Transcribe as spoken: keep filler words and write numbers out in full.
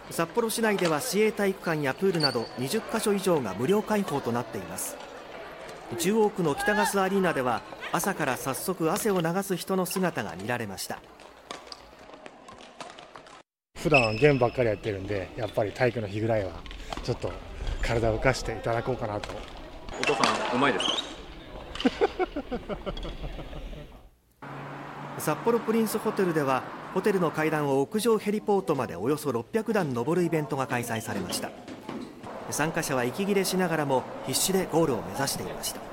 札幌市内では市営体育館やプールなどにじゅっかしょ以上が無料開放となっています。中央区の北ガスアリーナでは朝から早速汗を流す人の姿が見られました。 普段ゲームばっかりやってるんで、やっぱり体育の日ぐらいはちょっと体を浮かしていただこうかなと。 お父さんうまいですか？ 札幌プリンスホテルではホテルの階段を屋上ヘリポートまでおよそろっぴゃくだん登るイベントが開催されました。参加者は息切れしながらも必死でゴールを目指していました。